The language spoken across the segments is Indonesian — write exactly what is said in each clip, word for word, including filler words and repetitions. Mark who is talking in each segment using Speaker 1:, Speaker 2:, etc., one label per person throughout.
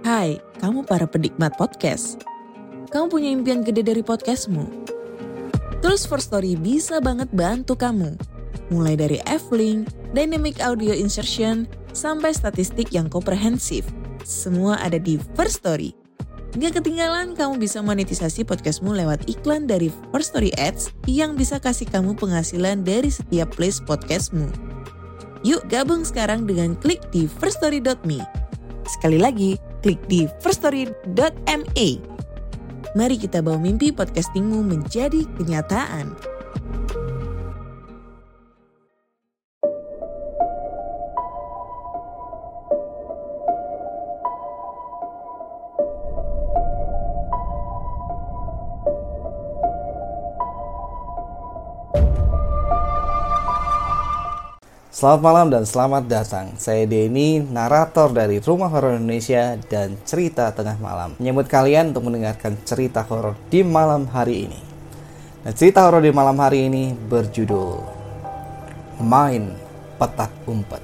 Speaker 1: Hai, kamu para penikmat podcast. Kamu punya impian gede dari podcastmu? Terus First Story bisa banget bantu kamu. Mulai dari F-Link, Dynamic Audio Insertion, sampai statistik yang komprehensif. Semua ada di First Story. Gak ketinggalan kamu bisa monetisasi podcastmu lewat iklan dari First Story Ads yang bisa kasih kamu penghasilan dari setiap place podcastmu. Yuk gabung sekarang dengan klik di first story dot me. Sekali lagi, klik di first story dot me. Mari kita bawa mimpi podcastingmu menjadi kenyataan.
Speaker 2: Selamat malam dan selamat datang. Saya Denny, narator dari Rumah Horor Indonesia dan Cerita Tengah Malam. Menyambut kalian untuk mendengarkan cerita horor di malam hari ini. Nah, cerita horor di malam hari ini berjudul Main Petak Umpet.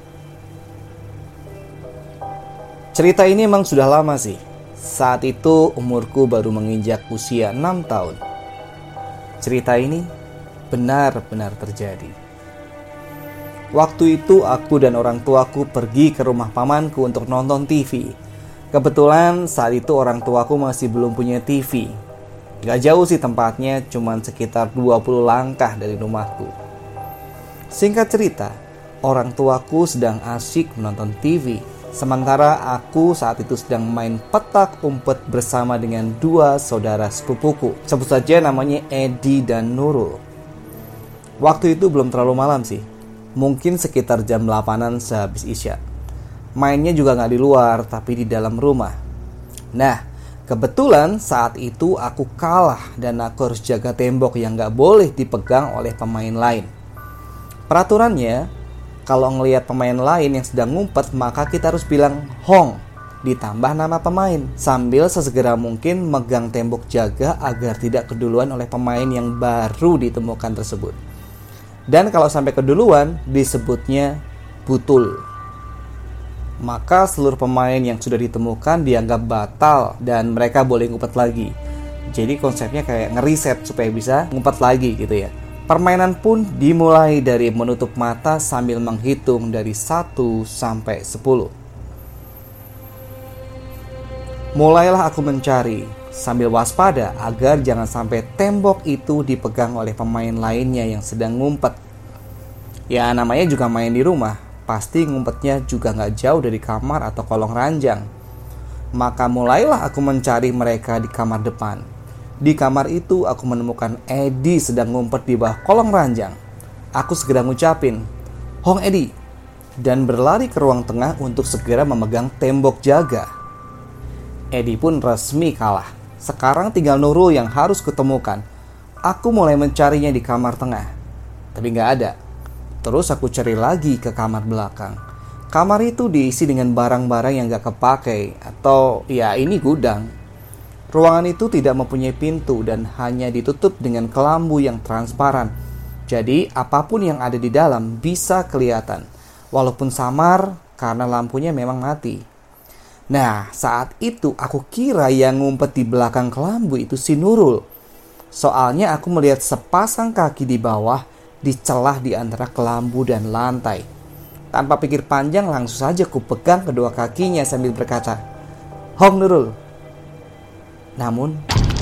Speaker 2: Cerita ini emang sudah lama sih. Saat itu umurku baru menginjak usia enam tahun. Cerita ini benar-benar terjadi. Waktu itu aku dan orang tuaku pergi ke rumah pamanku untuk nonton T V. Kebetulan saat itu orang tuaku masih belum punya T V. Gak jauh sih tempatnya, cuman sekitar dua puluh langkah dari rumahku. Singkat cerita, orang tuaku sedang asyik menonton T V. Sementara aku saat itu sedang main petak umpet bersama dengan dua saudara sepupuku. Sebut saja namanya Edi dan Nurul. Waktu itu belum terlalu malam sih. Mungkin sekitar jam delapanan sehabis isya. Mainnya juga gak di luar, tapi di dalam rumah. Nah, kebetulan saat itu aku kalah dan aku harus jaga tembok yang gak boleh dipegang oleh pemain lain. Peraturannya, kalau ngelihat pemain lain yang sedang ngumpet, maka kita harus bilang Hong, ditambah nama pemain, sambil sesegera mungkin megang tembok jaga agar tidak keduluan oleh pemain yang baru ditemukan tersebut. Dan kalau sampai keduluan, disebutnya butul. Maka seluruh pemain yang sudah ditemukan dianggap batal dan mereka boleh ngumpet lagi. Jadi konsepnya kayak ngeriset supaya bisa ngumpet lagi gitu ya. Permainan pun dimulai dari menutup mata sambil menghitung dari satu sampai sepuluh. Mulailah aku mencari sambil waspada agar jangan sampai tembok itu dipegang oleh pemain lainnya yang sedang ngumpet. Ya namanya juga main di rumah, pasti ngumpetnya juga gak jauh dari kamar atau kolong ranjang. Maka mulailah aku mencari mereka di kamar depan. Di kamar itu aku menemukan Edi sedang ngumpet di bawah kolong ranjang. Aku segera ngucapin, Hong Edi, dan berlari ke ruang tengah untuk segera memegang tembok jaga. Edi pun resmi kalah. Sekarang tinggal Nurul yang harus kutemukan. Aku mulai mencarinya di kamar tengah, tapi gak ada. Terus aku cari lagi ke kamar belakang. Kamar itu diisi dengan barang-barang yang gak kepakai, atau ya ini gudang. Ruangan itu tidak mempunyai pintu dan hanya ditutup dengan kelambu yang transparan. Jadi apapun yang ada di dalam bisa kelihatan, walaupun samar karena lampunya memang mati. Nah, saat itu aku kira yang ngumpet di belakang kelambu itu si Nurul. Soalnya aku melihat sepasang kaki di bawah dicelah di antara kelambu dan lantai. Tanpa pikir panjang langsung saja ku pegang kedua kakinya sambil berkata, Hong Nurul. Namun,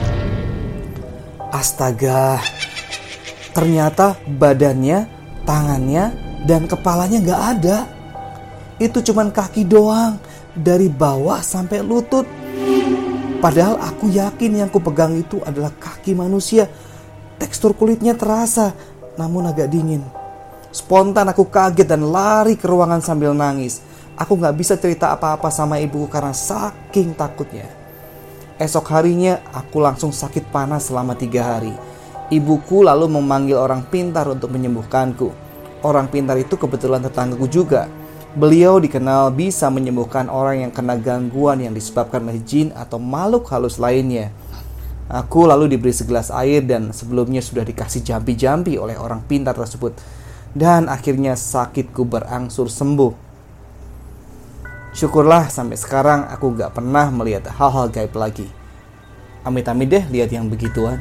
Speaker 2: astaga, ternyata badannya, tangannya, dan kepalanya gak ada. Itu cuman kaki doang. Dari bawah sampai lutut. Padahal aku yakin yang kupegang itu adalah kaki manusia. Tekstur kulitnya terasa, namun agak dingin. Spontan aku kaget dan lari ke ruangan sambil nangis. Aku gak bisa cerita apa-apa sama ibuku karena saking takutnya. Esok harinya aku langsung sakit panas selama tiga hari. Ibuku lalu memanggil orang pintar untuk menyembuhkanku. Orang pintar itu kebetulan tetanggaku juga. Beliau dikenal bisa menyembuhkan orang yang kena gangguan yang disebabkan oleh jin atau makhluk halus lainnya. Aku lalu diberi segelas air dan sebelumnya sudah dikasih jampi-jampi oleh orang pintar tersebut. Dan akhirnya sakitku berangsur sembuh. Syukurlah sampai sekarang aku gak pernah melihat hal-hal gaib lagi. Amit-amit deh lihat yang begituan.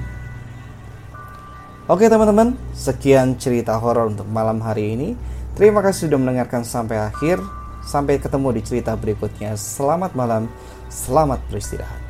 Speaker 2: Oke teman-teman, sekian cerita horor untuk malam hari ini. Terima kasih sudah mendengarkan sampai akhir. Sampai ketemu di cerita berikutnya. Selamat malam, selamat beristirahat.